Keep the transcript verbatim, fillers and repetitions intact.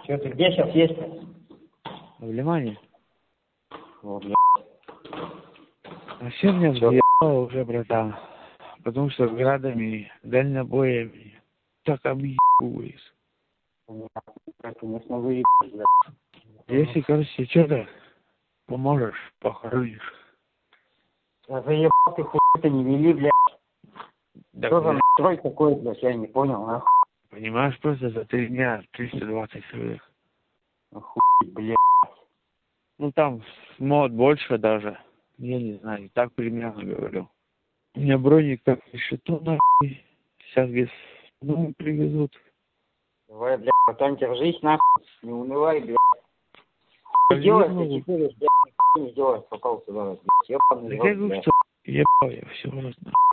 Че ты где сейчас есть? В Лимане. О, блядь. Вообще меня взъебало уже, братан. Потому что градами, дальнобоями так объебываюсь. Конечно, выебешь, блядь. Если, короче, что-то поможешь, похоронишь. Да заебал ты, хуй ты не вели, блядь. Да, Что за блядь, настрой такой, блядь, я не понял, нахуй. понимаешь, просто за три дня триста двадцать человек. Хуй, блядь. Ну там мод больше даже. Я не знаю, так примерно говорю. У меня броник так еще то нахуй. Сейчас без ну привезут. Давай, блядь, потом держись, нахуй. Не унывай, блядь. Да Ты делаешь, не ты теперь, блядь, нихуя не делаешь, попал сюда, блядь. Ебаный Да рот, я говорю, блядь. что ебал я все раз нахуй.